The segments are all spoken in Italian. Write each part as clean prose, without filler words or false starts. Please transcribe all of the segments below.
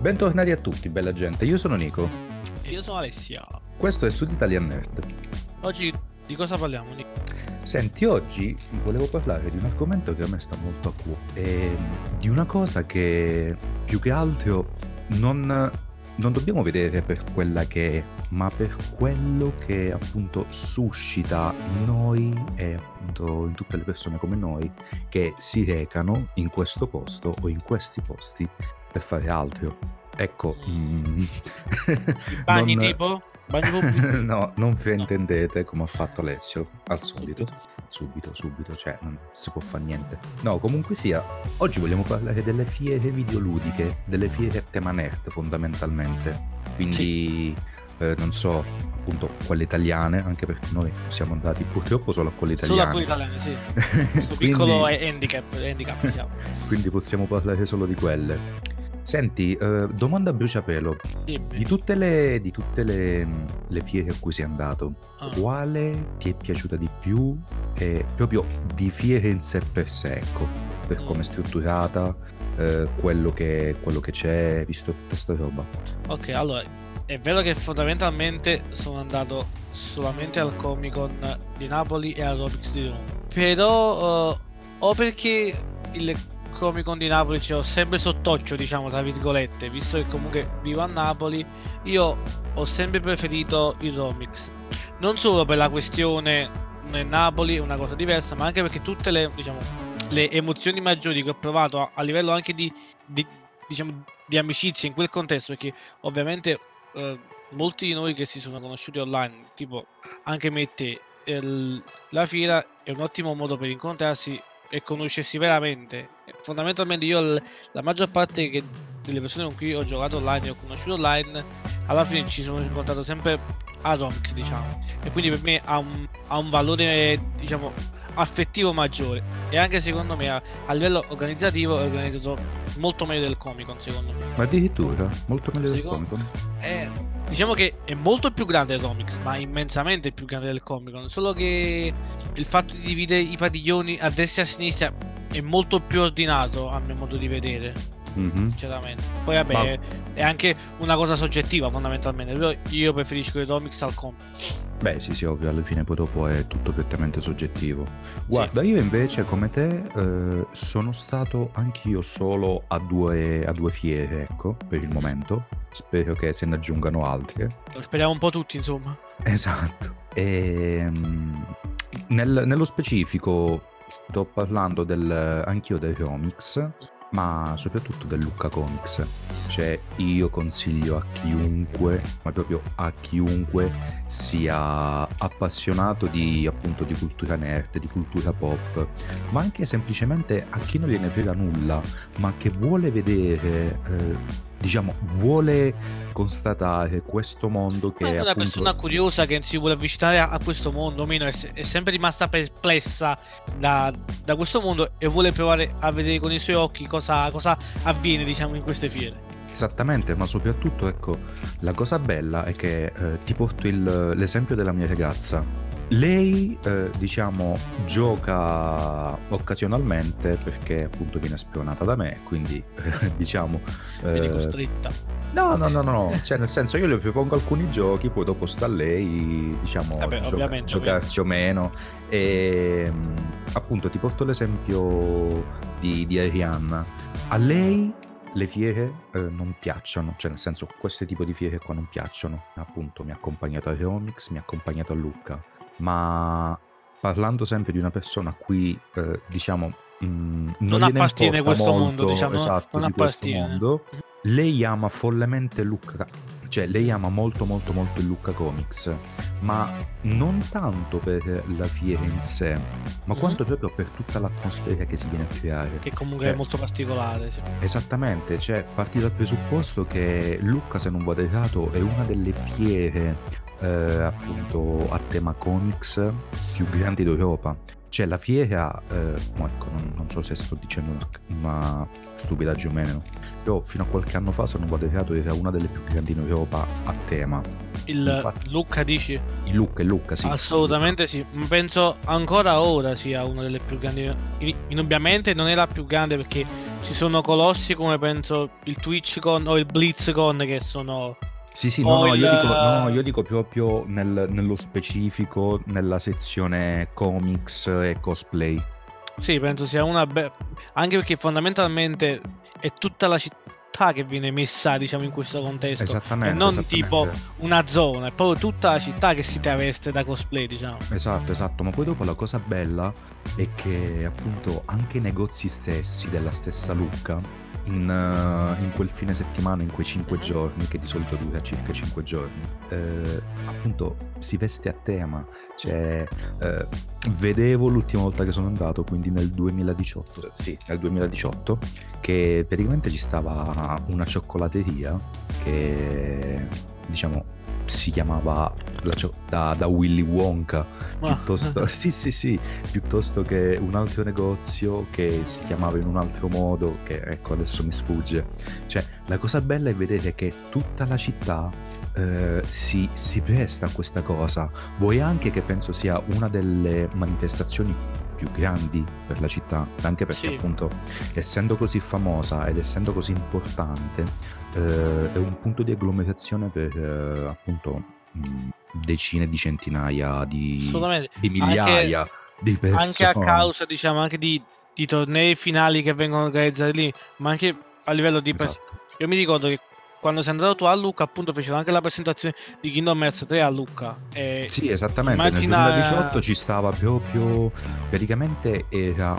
Bentornati a tutti, bella gente. Io sono Nico. E io sono Alessia. Questo è Sud Italian Nerd. Oggi di cosa parliamo, Nico? Senti, oggi vi volevo parlare di un argomento che a me sta molto a cuore. E di una cosa che più che altro non dobbiamo vedere per quella che è, ma per quello che appunto suscita in noi e appunto in tutte le persone come noi che si recano in questo posto o in questi posti per fare altro. Ecco, I bagni tipo? Bagni pubblici? no, non fraintendete come ha fatto Alessio al solito. Subito, cioè non si può fare niente. No, comunque sia, oggi vogliamo parlare delle fiere videoludiche, delle fiere a tema nerd fondamentalmente. Quindi, non so, appunto, quelle italiane, anche perché noi siamo andati purtroppo solo a quelle italiane. Solo a quelle italiane, sì. Questo piccolo handicap, diciamo. Quindi possiamo parlare solo di quelle. Senti, domanda a bruciapelo. Di tutte le fiere a cui sei andato, quale ti è piaciuta di più? Proprio di fiere in sé per sé, ecco, per come è strutturata, quello che c'è, visto tutta sta roba. Ok, allora, è vero che fondamentalmente sono andato solamente al Comic Con di Napoli e al Robix di Roma. Però, o perché il Comic Con di Napoli ce l'ho sempre sott'occhio, diciamo, tra virgolette, visto che comunque vivo a Napoli, io ho sempre preferito il Romix. Non solo per la questione Napoli è una cosa diversa, ma anche perché tutte le, diciamo, le emozioni maggiori che ho provato a livello anche di amicizia in quel contesto, perché ovviamente molti di noi che si sono conosciuti online, tipo anche me e te, la fiera è un ottimo modo per incontrarsi e conoscersi veramente. Fondamentalmente io la maggior parte delle persone con cui ho giocato online e ho conosciuto online, alla fine ci sono incontrato sempre a Romix, diciamo, e quindi per me ha un valore, diciamo, affettivo maggiore, e anche secondo me a livello organizzativo è organizzato molto meglio del Comic Con, secondo me. Ma addirittura molto meglio del Comic Con? Diciamo che è molto più grande il Romix, ma immensamente più grande del Comic Con, solo che il fatto di dividere i padiglioni a destra e a sinistra è molto più ordinato a mio modo di vedere, sinceramente. Poi vabbè, è anche una cosa soggettiva fondamentalmente, però io preferisco il Romix al Comic. Beh sì, ovvio, alla fine poi dopo è tutto prettamente soggettivo. Guarda, io invece come te sono stato anch'io solo a due fiere, ecco, per il momento. Spero che se ne aggiungano altre. Lo speriamo un po' tutti, insomma. Esatto. Nello specifico sto parlando anch'io del Romix, ma soprattutto del Lucca Comics. Cioè, io consiglio a chiunque, ma proprio a chiunque sia appassionato appunto di cultura nerd, di cultura pop, ma anche semplicemente a chi non gliene frega nulla, ma che vuole vedere, diciamo, vuole constatare questo mondo che una appunto... persona curiosa che si vuole avvicinare a questo mondo, o meno è sempre rimasta perplessa da questo mondo e vuole provare a vedere con i suoi occhi cosa avviene, diciamo, in queste fiere. Esattamente, ma soprattutto, ecco, la cosa bella è che ti porto l'esempio della mia ragazza. Lei, diciamo, gioca occasionalmente perché appunto viene spionata da me, quindi diciamo... Viene costretta. No, cioè nel senso io le propongo alcuni giochi, poi dopo sta lei, diciamo, giocarci o meno. E appunto ti porto l'esempio di Arianna. A lei le fiere non piacciono, cioè nel senso questo tipo di fiere qua non piacciono. Appunto mi ha accompagnato a Romix, mi ha accompagnato a Lucca, ma parlando sempre di una persona a cui diciamo non appartiene questo molto, mondo, diciamo, esatto, non di questo mondo. Lei ama follemente Lucca, cioè lei ama molto molto molto il Lucca Comics, ma non tanto per la fiera in sé, ma quanto proprio per tutta l'atmosfera che si viene a creare, che comunque è molto particolare, sì. Esattamente, cioè parti dal presupposto che Lucca, se non vado errato, è una delle fiere appunto a tema comics più grandi d'Europa. Cioè la fiera, ecco, non so se sto dicendo una stupidaggine o meno, però fino a qualche anno fa, se non vado errato, era una delle più grandi in Europa a tema. Infatti, Lucca, dici? il Lucca, sì. Assolutamente sì, penso ancora ora sia una delle più grandi. Indubbiamente non è la più grande, perché ci sono colossi come penso il TwitchCon o il BlizzCon, che sono Sì, no, o no, il io dico proprio nello specifico, nella sezione comics e cosplay. sì, penso sia anche perché fondamentalmente è tutta la città che viene messa, diciamo, in questo contesto, e Esattamente, non tipo esattamente. una zona, è proprio tutta la città che si traveste da cosplay, diciamo. Esatto, ma poi dopo la cosa bella è che appunto anche i negozi stessi della stessa Lucca, in quel fine settimana, in quei 5 Mhm. giorni, che di solito dura circa 5 giorni, appunto si veste a tema. Cioè, vedevo l'ultima volta che sono andato, quindi nel 2018, sì, nel 2018, che praticamente ci stava una cioccolateria che, diciamo, si chiamava da Willy Wonka, Ah, piuttosto sì, piuttosto che un altro negozio che si chiamava in un altro modo, che ecco adesso mi sfugge. Cioè, la cosa bella è vedere che tutta la città si presta a questa cosa. Vuoi anche che penso sia una delle manifestazioni più grandi per la città, anche perché sì. appunto essendo così famosa ed essendo così importante, è un punto di agglomerazione per appunto decine di centinaia Assolutamente, di anche, migliaia di anche a persone. causa, diciamo, anche di tornei finali che vengono organizzati lì, ma anche a livello di Esatto. Io mi ricordo che quando sei andato tu a Lucca, appunto, fecero anche la presentazione di Kingdom Hearts 3 a Lucca. E Sì, esattamente, nel 2018 immagina. ci stava proprio, praticamente era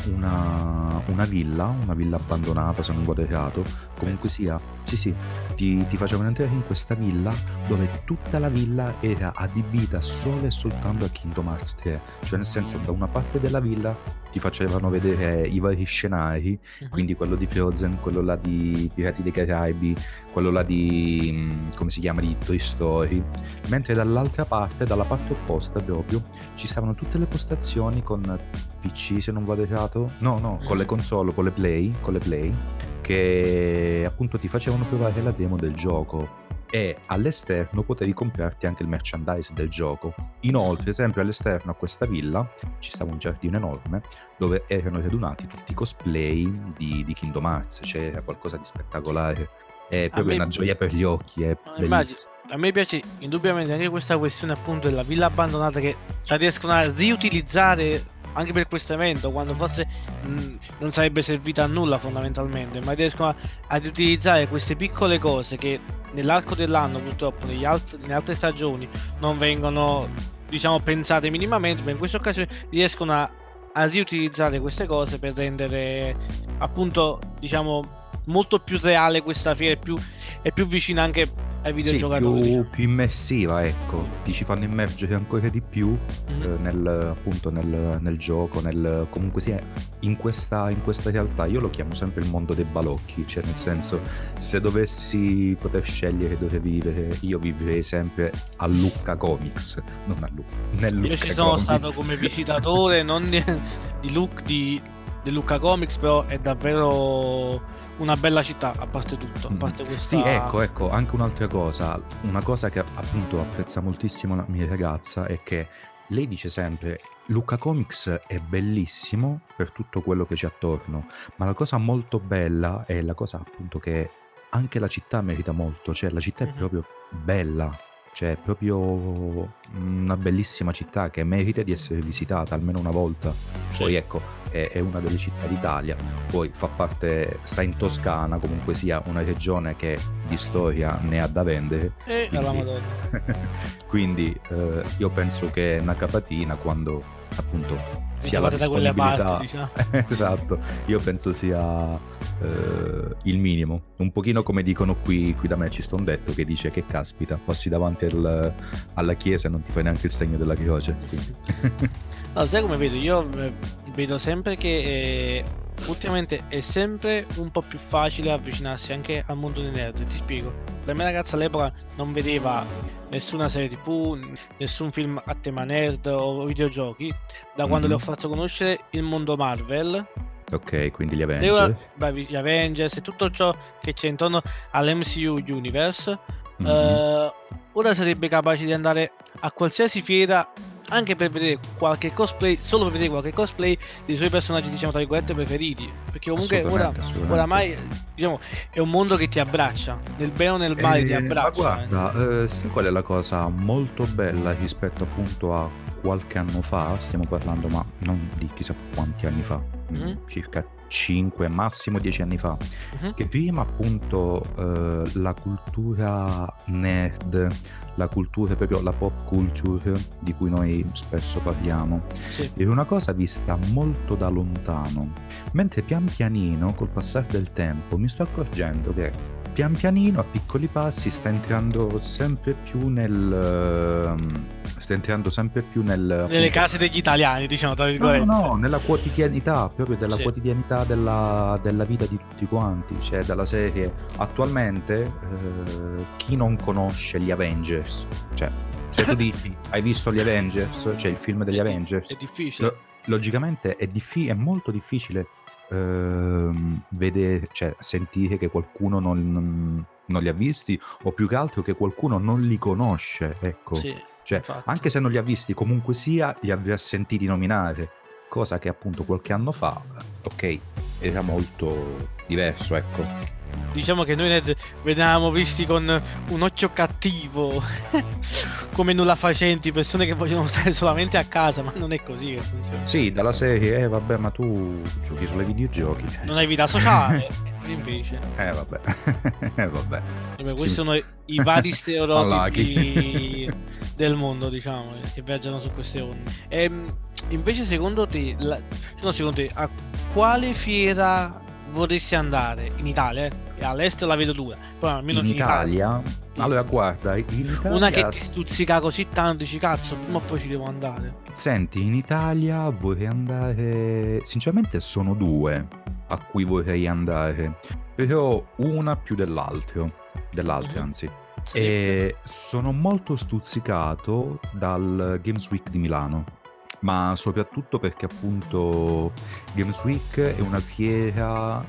una villa abbandonata, se non vado errato, comunque Penso. sia, sì, ti facevano entrare in questa villa dove tutta la villa era adibita solo e soltanto a Kingdom Hearts 3, cioè nel senso da una parte della villa ti facevano vedere i vari scenari, Mhm. quindi quello di Frozen, quello là di Pirati dei Caraibi, quello là di, come si chiama, di Toy Story, mentre dall'altra parte, dalla parte opposta proprio, ci stavano tutte le postazioni con PC, se non vado errato, no, con le Mhm. console, con le Play, che appunto ti facevano provare la demo del gioco, e all'esterno potevi comprarti anche il merchandise del gioco. Inoltre, sempre all'esterno a questa villa ci stava un giardino enorme dove erano radunati tutti i cosplay di Kingdom Hearts, c'era qualcosa di spettacolare, è A proprio me, una gioia per gli occhi, è immagino, bellissimo. a me piace indubbiamente anche questa questione, appunto, della villa abbandonata, che la riescono a riutilizzare anche per questo evento, quando forse non sarebbe servita a nulla fondamentalmente, ma riescono a riutilizzare queste piccole cose che nell'arco dell'anno, purtroppo nelle altre stagioni non vengono, diciamo, pensate minimamente, ma in questa occasione riescono a riutilizzare queste cose per rendere, appunto, diciamo, molto più reale questa fiera, è più vicina anche ai Sì, videogiocatori, diciamo. più immersiva, ecco, ti ci fanno immergere ancora di più Mhm. appunto nel gioco, comunque sia in questa realtà. Io lo chiamo sempre il mondo dei balocchi, cioè nel senso, se dovessi poter scegliere dove vivere, io vivrei sempre a Lucca Comics, non a Lucca, nel Io ci Lucca sono stato Comics. come visitatore, non di Lucca Comics, però è davvero una bella città, a parte tutto, a Mh-mh. parte Sì, questa. ecco, anche un'altra cosa, una cosa che appunto apprezza moltissimo la mia ragazza è che lei dice sempre: "Lucca Comics è bellissimo per tutto quello che c'è attorno, ma la cosa molto bella è la cosa appunto che anche la città merita molto, cioè la città è Mhm. proprio bella, cioè è proprio una bellissima città che merita di essere visitata almeno una volta". Sì. Poi ecco, è una delle città d'Italia, poi sta in Toscana, comunque sia una regione che di storia ne ha da vendere, E alla quindi Madonna. quindi io penso che una capatina, quando appunto Mi si ha la trovate da quelle parti, disponibilità, diciamo. esatto, io penso sia il minimo. Un pochino come dicono qui da me, ci sta un detto che dice che caspita, passi davanti alla chiesa e non ti fai neanche il segno della croce. Quindi. No, sai come vedo? Io vedo sempre che ultimamente è sempre un po' più facile avvicinarsi anche al mondo dei nerd. Ti spiego. La mia ragazza all'epoca non vedeva nessuna serie TV, nessun film a tema nerd o videogiochi. Da quando le ho Mhm. fatto conoscere il mondo Marvel, Ok, quindi gli lei ora, Avenger. gli Avengers e tutto ciò che c'è intorno all'MCU Universe, ora sarebbe capace di andare a qualsiasi fiera anche per vedere qualche cosplay, solo per vedere qualche cosplay dei suoi personaggi, diciamo tra virgolette, preferiti, perché comunque oramai diciamo è un mondo che ti abbraccia, nel bene o nel male ti abbraccia. Ma guarda, sai qual è la cosa molto bella rispetto appunto a qualche anno fa, stiamo parlando ma non di chissà quanti anni fa, circa 5, massimo 10 anni fa, che prima appunto la cultura nerd, la cultura proprio, la pop culture di cui noi spesso parliamo, era una cosa vista molto da lontano, mentre pian pianino col passare del tempo mi sto accorgendo che pian pianino a piccoli passi sta entrando sempre più nelle case degli italiani, diciamo tra virgolette. No, nella quotidianità, proprio della quotidianità della vita di tutti quanti, cioè dalla serie attualmente chi non conosce gli Avengers, cioè se tu dici hai visto gli Avengers, cioè il film degli Avengers, è difficile, logicamente è molto difficile vedere, cioè sentire che qualcuno non li ha visti, o più che altro che qualcuno non li conosce, ecco. Cioè, infatti. anche se non li ha visti, comunque sia li avrà sentiti nominare, cosa che appunto qualche anno fa, ok, era molto diverso, ecco. Diciamo che noi venivamo visti con un occhio cattivo, come nulla facenti, persone che vogliono stare solamente a casa, ma non è così che funziona. Sì, dalla serie, vabbè, ma tu giochi solo ai videogiochi. Non hai vita sociale, invece. Vabbè. Questi sono i vari stereotipi del mondo, diciamo, che viaggiano su queste onde. Invece secondo te, a quale fiera vorresti andare in Italia? All'estero la vedo dura, poi almeno in Italia. Allora guarda, in Italia, una che ti stuzzica così tanto, dici cazzo, prima o poi ci devo andare. Senti, in Italia vorrei andare, sinceramente sono due a cui vorrei andare, però una più dell'altra anzi. E sono molto stuzzicato dal Games Week di Milano, ma soprattutto perché appunto Games Week è una fiera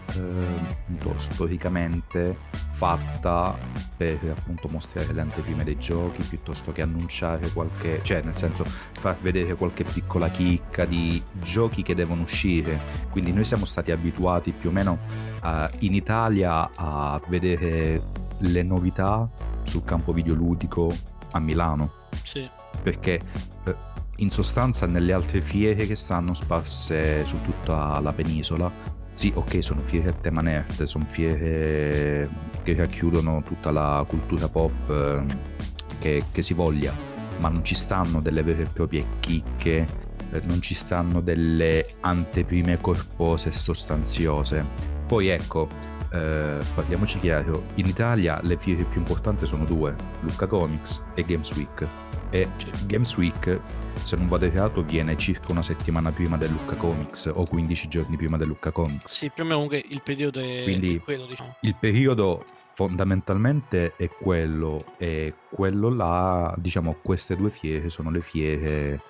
storicamente fatta per appunto mostrare le anteprime dei giochi, piuttosto che annunciare qualche, cioè nel senso far vedere qualche piccola chicca di giochi che devono uscire. Quindi noi siamo stati abituati più o meno in Italia a vedere le novità sul campo videoludico a Milano, perché in sostanza nelle altre fiere che stanno sparse su tutta la penisola, sì, ok, sono fiere a tema nerd, sono fiere che racchiudono tutta la cultura pop che si voglia, ma non ci stanno delle vere e proprie chicche, non ci stanno delle anteprime corpose e sostanziose. Poi ecco, parliamoci chiaro, in Italia le fiere più importanti sono due, Lucca Comics e Games Week. E Games Week, se non vado errato, viene circa una settimana prima del Lucca Comics o 15 giorni prima del Lucca Comics. Sì, per me comunque il periodo è quindi quello, diciamo. Il periodo fondamentalmente è quello, e quello là, diciamo, queste due fiere sono le fiere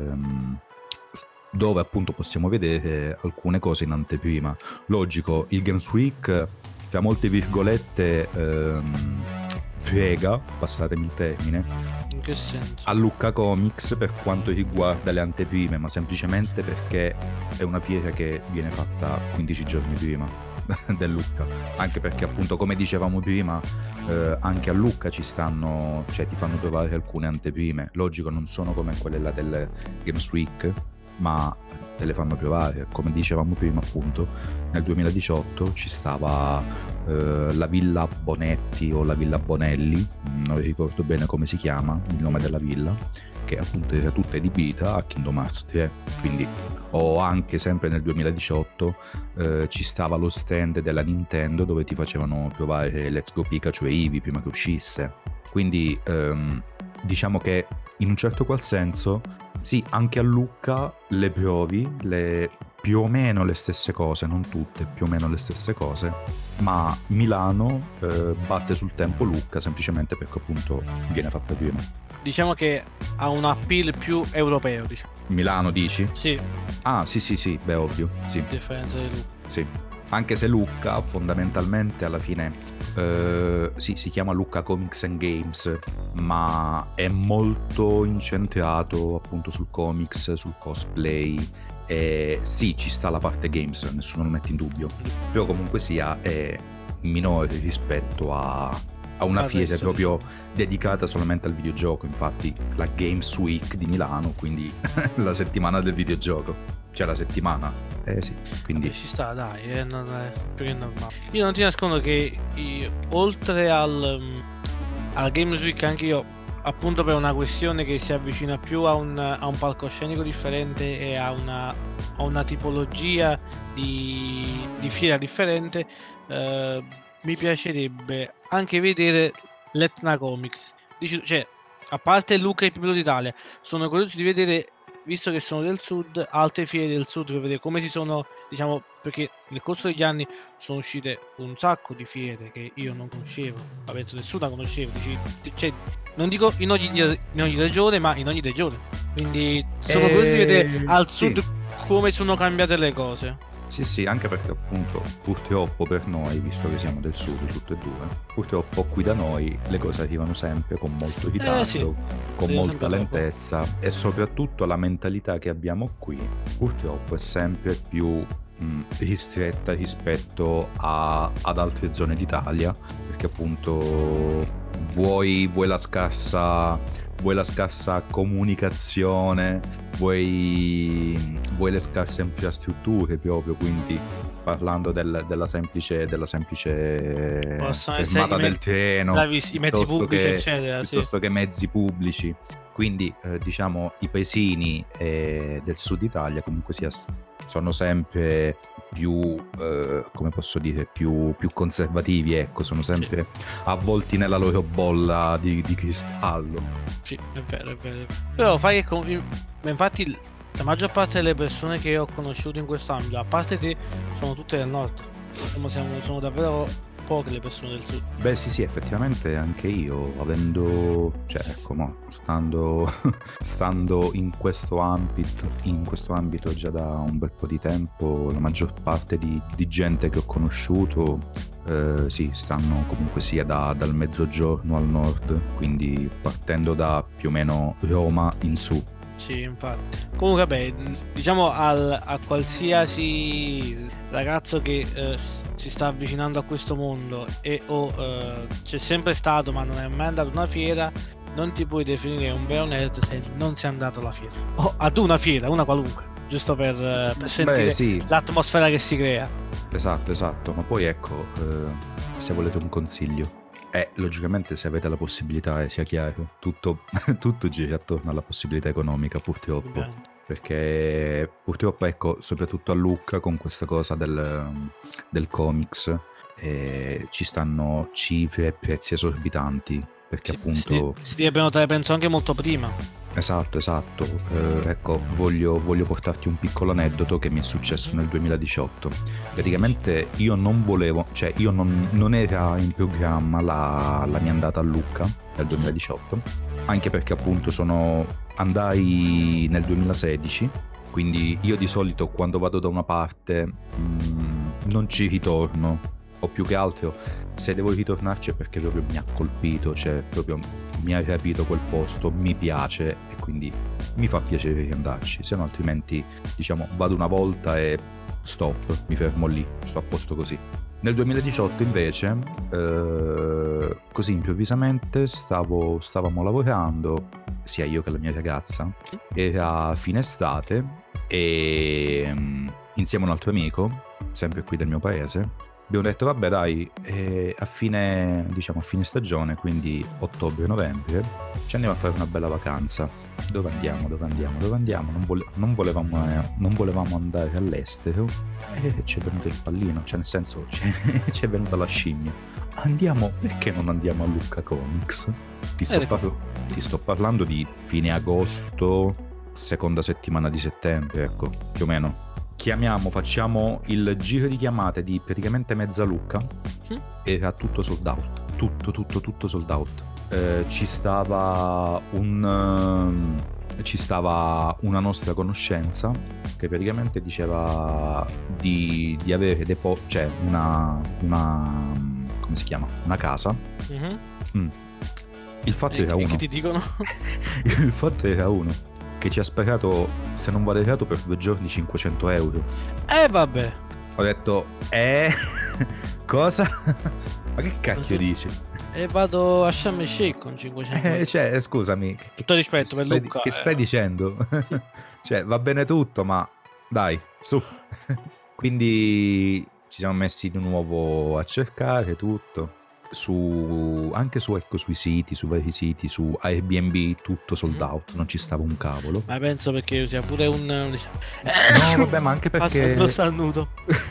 dove appunto possiamo vedere alcune cose in anteprima. Logico, il Games Week, fra molte virgolette, frega, passatemi il termine, in che senso? A Lucca Comics per quanto riguarda le anteprime, ma semplicemente perché è una fiera che viene fatta 15 giorni prima del Lucca, anche perché appunto, come dicevamo prima, anche a Lucca ci stanno, cioè ti fanno provare alcune anteprime. Logico, non sono come quelle là del Games Week, ma te le fanno provare. Come dicevamo prima, appunto, nel 2018 ci stava la Villa Bonetti o la Villa Bonelli, non ricordo bene come si chiama il nome della villa, che appunto era tutta adibita a Kingdom Hearts 3. Quindi, o anche sempre nel 2018 ci stava lo stand della Nintendo dove ti facevano provare Let's Go Pikachu e Eevee prima che uscisse. Quindi diciamo che in un certo qual senso sì, anche a Lucca le provi, più o meno le stesse cose, non tutte, più o meno le stesse cose, ma Milano batte sul tempo Lucca semplicemente perché appunto viene fatta prima. Diciamo che ha un appeal più europeo, diciamo. Milano dici? Sì. Ah, sì, beh, ovvio, sì. A differenza di Lucca. Sì. Anche se Lucca fondamentalmente alla fine sì, si chiama Lucca Comics and Games, ma è molto incentrato appunto sul comics, sul cosplay. E sì, ci sta la parte games, nessuno lo mette in dubbio, però comunque sia è minore rispetto a una Al fiera resto, proprio dedicata solamente al videogioco. Infatti la Games Week di Milano, quindi la settimana del videogioco, cioè la settimana, sì, quindi Vabbè, ci sta, dai, non è più che normale. Io non ti nascondo che oltre al Games Week, anche io, appunto per una questione che si avvicina più a un palcoscenico differente e a una tipologia di fiera differente, mi piacerebbe anche vedere l'Etna Comics. Cioè, a parte Lucca e il Pipolo d'Italia, sono curioso di vedere, visto che sono del sud, altre fiere del sud, per vedere come si sono, diciamo, perché nel corso degli anni sono uscite un sacco di fiere che io non conoscevo, ma penso nessuno la conosceva, cioè, non dico in ogni regione, ma in ogni regione. Quindi sono curioso di vedere al sud sì. come sono cambiate le cose. Sì, anche perché appunto purtroppo per noi, visto che siamo del sud tutte e due, purtroppo qui da noi le cose arrivano sempre con molto ritardo, Sì, con arriva molta sempre dopo. lentezza, e soprattutto la mentalità che abbiamo qui purtroppo è sempre più ristretta rispetto ad altre zone d'Italia, perché appunto vuoi la scarsa comunicazione, vuoi le scarse infrastrutture proprio, quindi parlando della semplice Possono essere fermata del treno, i mezzi pubblici, eccetera, sì. piuttosto che mezzi pubblici. Quindi diciamo i paesini del sud Italia comunque sono sempre più, come posso dire, più conservativi, ecco, sono sempre avvolti nella loro bolla di cristallo. Sì, è vero. Però fai che infatti la maggior parte delle persone che ho conosciuto in quest'ambito, a parte te, sono tutte del nord. Sono davvero poche le persone del sud. Beh sì, effettivamente anche io, cioè ecco, stando in questo ambito già da un bel po' di tempo, la maggior parte di gente che ho conosciuto sì, stanno comunque sia dal mezzogiorno al nord, quindi partendo da più o meno Roma in su. Sì, infatti. Comunque, beh, diciamo a qualsiasi ragazzo che si sta avvicinando a questo mondo c'è sempre stato ma non è mai andato a una fiera, non ti puoi definire un vero nerd se non sei andato alla fiera. O ad una fiera, una qualunque, giusto per sentire sì, l'atmosfera che si crea. esatto, ma poi ecco, se volete un consiglio, logicamente se avete la possibilità, sia chiaro, tutto gira attorno alla possibilità economica, purtroppo. Ovviamente. Perché purtroppo, ecco, soprattutto a Lucca con questa cosa del comics ci stanno cifre e prezzi esorbitanti, perché appunto Si deve notare, penso, anche molto prima. esatto. Ecco, voglio portarti un piccolo aneddoto che mi è successo nel 2018. Praticamente io non volevo, cioè io non era in programma la mia andata a Lucca nel 2018, anche perché appunto andai nel 2016, quindi io di solito quando vado da una parte non ci ritorno, o più che altro se devo ritornarci è perché proprio mi ha colpito, cioè proprio mi ha rapito quel posto, mi piace e quindi mi fa piacere riandarci, se no altrimenti diciamo vado una volta e stop, mi fermo lì, sto a posto così. Nel 2018 invece così improvvisamente stavamo lavorando, sia io che la mia ragazza, era fine estate e insieme a un altro amico, sempre qui del mio paese, abbiamo detto vabbè dai, a fine stagione, quindi ottobre-novembre, ci andiamo a fare una bella vacanza. Dove andiamo? Non volevamo andare all'estero e ci è venuto il pallino, cioè nel senso ci è venuta la scimmia. Perché non andiamo a Lucca Comics? Ti sto parlando di fine agosto, seconda settimana di settembre, ecco, più o meno. Facciamo il giro di chiamate di praticamente mezza Lucca, era tutto sold out, tutto sold out. Ci stava una nostra conoscenza che praticamente diceva di avere cioè una come si chiama? Una casa. Il fatto era uno. Che ti dicono? Il fatto era uno che ci ha sparato, se non vado errato, per 2 giorni 500 euro. Vabbè. Ho detto, cosa? Ma che cacchio dici? E vado a Sharm el Sheikh con 500 euro. Cioè, scusami. Tutto rispetto per Luca. Che stai dicendo? Cioè, va bene tutto, ma dai, su. Quindi ci siamo messi di nuovo a cercare tutto. Anche sui siti, su vari siti, su Airbnb, tutto sold out, non ci stava un cavolo. Ma penso perché sia pure un No, vabbè, ma anche perché lo starnuto.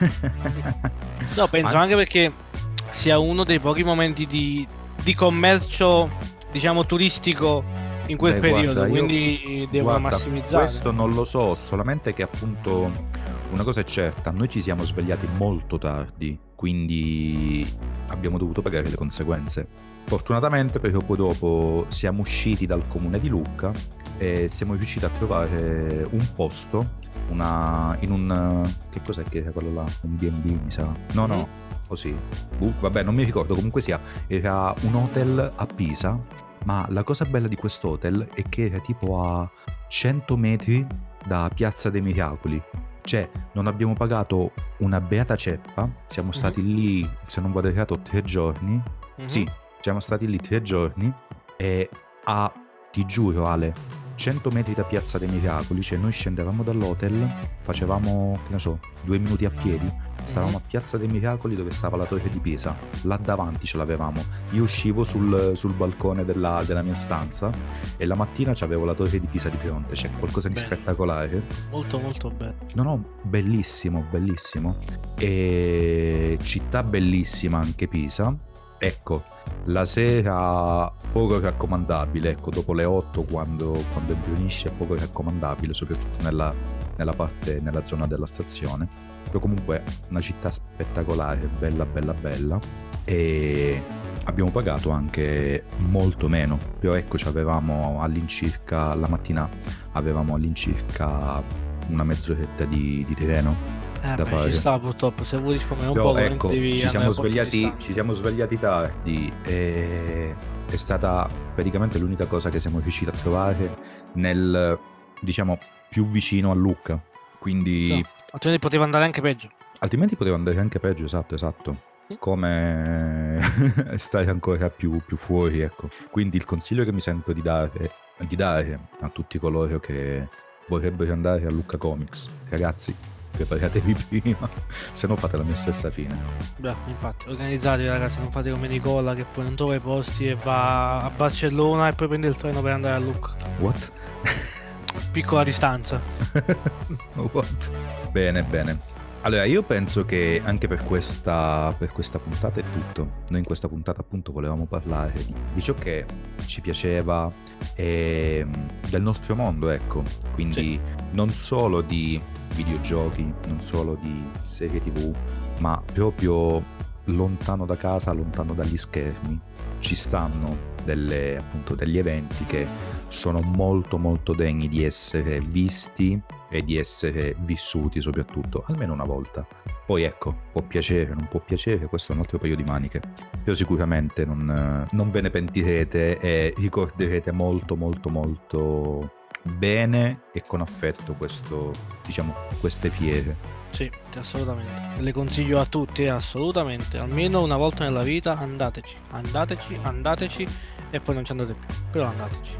No, penso anche perché sia uno dei pochi momenti di commercio, diciamo, turistico in quel periodo, quindi devono massimizzare. Questo non lo so, solamente che appunto una cosa è certa, noi ci siamo svegliati molto tardi, quindi abbiamo dovuto pagare le conseguenze. Fortunatamente, perché poi dopo siamo usciti dal comune di Lucca e siamo riusciti a trovare un posto, in un... che cos'è che era quello là? Un B&B, mi sa? No, così. Vabbè, non mi ricordo, comunque sia, era un hotel a Pisa, ma la cosa bella di questo hotel è che era tipo a 100 metri da Piazza dei Miracoli. Cioè, non abbiamo pagato una beata ceppa, siamo stati lì, se non vado errato, 3 giorni. Sì, siamo stati lì 3 giorni e ti giuro Ale, 100 metri da Piazza dei Miracoli, cioè noi scendevamo dall'hotel, facevamo, che ne so, 2 minuti a piedi, stavamo a Piazza dei Miracoli dove stava la torre di Pisa, là davanti ce l'avevamo. Io uscivo sul balcone della mia stanza e la mattina c'avevo la torre di Pisa di fronte, c'è qualcosa di spettacolare. Molto molto bello. No, bellissimo, bellissimo. E città bellissima anche Pisa. Ecco, la sera poco raccomandabile, ecco, dopo le 8 quando imbrionisce è poco raccomandabile, soprattutto nella zona della stazione. Però comunque una città spettacolare, bella bella bella, e abbiamo pagato anche molto meno. Però ecco, avevamo all'incirca, la mattina avevamo all'incirca una mezz'oretta di treno da fare. Ci sta purtroppo, se vuoi rispondere un però, po', ecco, ci siamo svegliati tardi e è stata praticamente l'unica cosa che siamo riusciti a trovare nel, diciamo, più vicino a Lucca, quindi altrimenti poteva andare anche peggio. Esatto. Come stare ancora più fuori, ecco. Quindi il consiglio che mi sento di dare a tutti coloro che vorrebbero andare a Lucca Comics: ragazzi, preparatevi prima, se no fate la mia stessa fine. Beh, infatti, organizzatevi ragazzi, non fate come Nicola che poi non trova i posti e va a Barcellona e poi prende il treno per andare a Lucca. What? Piccola distanza. What? Bene. Allora, io penso che anche per questa puntata è tutto. Noi in questa puntata appunto volevamo parlare di ciò che ci piaceva e del nostro mondo, ecco. Quindi non solo di videogiochi, non solo di serie TV, ma proprio lontano da casa, lontano dagli schermi, ci stanno degli eventi che sono molto molto degni di essere visti e di essere vissuti, soprattutto almeno una volta. Poi ecco, può piacere, non può piacere, questo è un altro paio di maniche, però sicuramente non ve ne pentirete e ricorderete molto molto molto bene e con affetto queste fiere. Sì, assolutamente. Le consiglio a tutti, assolutamente. Almeno una volta nella vita andateci e poi non ci andate più. Però andateci.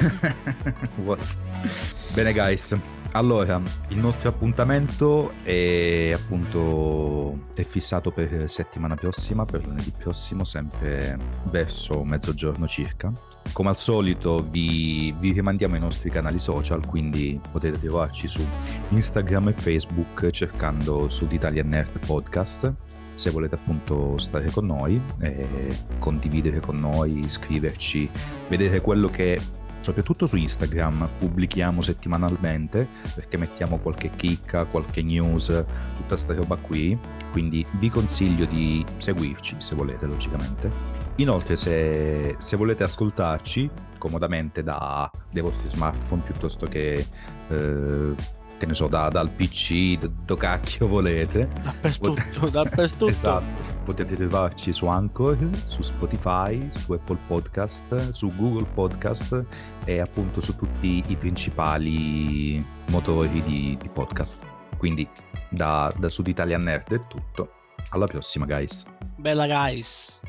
What? Bene guys, allora il nostro appuntamento è fissato per settimana prossima, per lunedì prossimo, sempre verso mezzogiorno circa. Come al solito vi rimandiamo ai nostri canali social, quindi potete trovarci su Instagram e Facebook cercando Sud Italian Nerd Podcast, se volete appunto stare con noi e condividere con noi, scriverci, vedere quello che soprattutto su Instagram pubblichiamo settimanalmente, perché mettiamo qualche chicca, qualche news, tutta sta roba qui, quindi vi consiglio di seguirci se volete, logicamente. Inoltre se volete ascoltarci comodamente dai vostri smartphone piuttosto che che ne so, dal PC, da cacchio volete. Dappertutto. Esatto. Potete trovarci su Anchor, su Spotify, su Apple Podcast, su Google Podcast e appunto su tutti i principali motori di podcast. Quindi da Sud Italian Nerd è tutto. Alla prossima, guys. Bella guys.